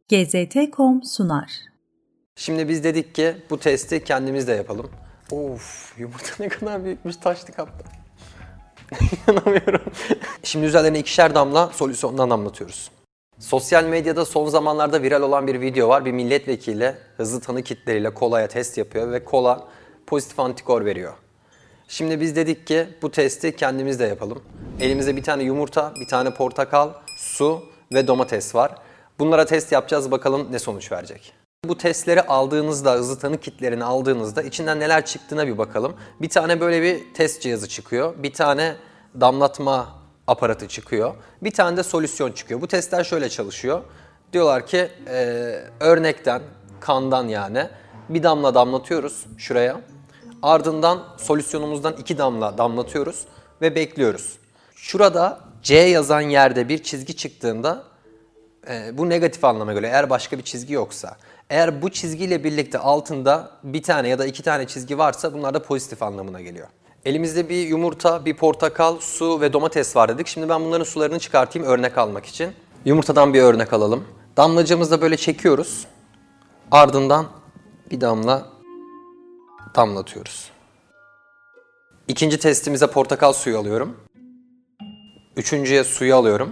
GZT.com sunar. Şimdi biz dedik ki bu testi kendimiz de yapalım. Of, yumurta ne kadar büyükmüş, taşlı kapta. İnanamıyorum. Şimdi üzerlerine 2'şer damla solüsyondan damlatıyoruz. Sosyal medyada son zamanlarda viral olan bir video var. Bir milletvekili hızlı tanı kitleriyle kolaya test yapıyor ve kola pozitif antikor veriyor. Şimdi biz dedik ki bu testi kendimiz de yapalım. Elimizde bir tane yumurta, bir tane portakal, su ve domates var. Bunlara test yapacağız, bakalım ne sonuç verecek. Bu testleri aldığınızda, hızlı tanı kitlerini aldığınızda içinden neler çıktığına bir bakalım. Bir tane böyle bir test cihazı çıkıyor. Bir tane damlatma aparatı çıkıyor. Bir tane de solüsyon çıkıyor. Bu testler şöyle çalışıyor. Diyorlar ki örnekten, kandan yani bir damla damlatıyoruz şuraya. Ardından solüsyonumuzdan 2 damla damlatıyoruz ve bekliyoruz. Şurada C yazan yerde bir çizgi çıktığında bu negatif anlama geliyor. Eğer başka bir çizgi yoksa. Eğer bu çizgiyle birlikte altında bir tane ya da 2 tane çizgi varsa bunlar da pozitif anlamına geliyor. Elimizde bir yumurta, bir portakal, su ve domates var dedik. Şimdi ben bunların sularını çıkartayım örnek almak için. Yumurtadan bir örnek alalım. Damlacığımızla böyle çekiyoruz. Ardından bir damla damlatıyoruz. İkinci testimize portakal suyu alıyorum. Üçüncüye suyu alıyorum.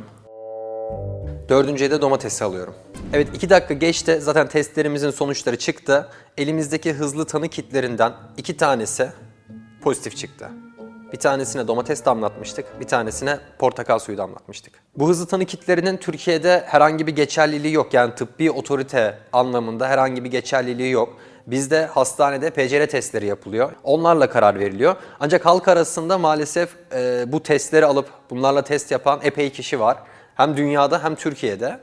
Dördüncüye de domatesi alıyorum. Evet, 2 dakika geçti. Zaten testlerimizin sonuçları çıktı. Elimizdeki hızlı tanı kitlerinden 2 tanesi pozitif çıktı. Bir tanesine domates damlatmıştık, bir tanesine portakal suyu damlatmıştık. Bu hızlı tanı kitlerinin Türkiye'de herhangi bir geçerliliği yok. Yani tıbbi otorite anlamında herhangi bir geçerliliği yok. Bizde hastanede PCR testleri yapılıyor. Onlarla karar veriliyor. Ancak halk arasında maalesef bu testleri alıp bunlarla test yapan epey kişi var. Hem dünyada hem Türkiye'de.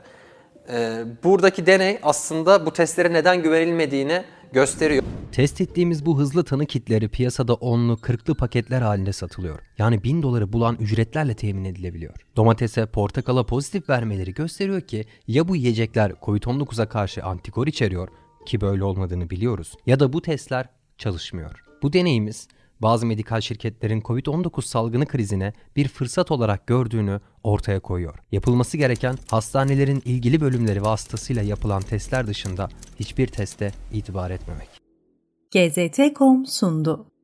Buradaki deney aslında bu testlere neden güvenilmediğini gösteriyor. Test ettiğimiz bu hızlı tanı kitleri piyasada 10'lu 40'lı paketler halinde satılıyor. Yani $1000'ı bulan ücretlerle temin edilebiliyor. Domatese, portakala pozitif vermeleri gösteriyor ki ya bu yiyecekler COVID-19'a karşı antikor içeriyor ki böyle olmadığını biliyoruz ya da bu testler çalışmıyor. Bu deneyimiz bazı medikal şirketlerin COVID-19 salgını krizine bir fırsat olarak gördüğünü ortaya koyuyor. Yapılması gereken hastanelerin ilgili bölümleri vasıtasıyla yapılan testler dışında hiçbir teste itibar etmemek. GZT.com sundu.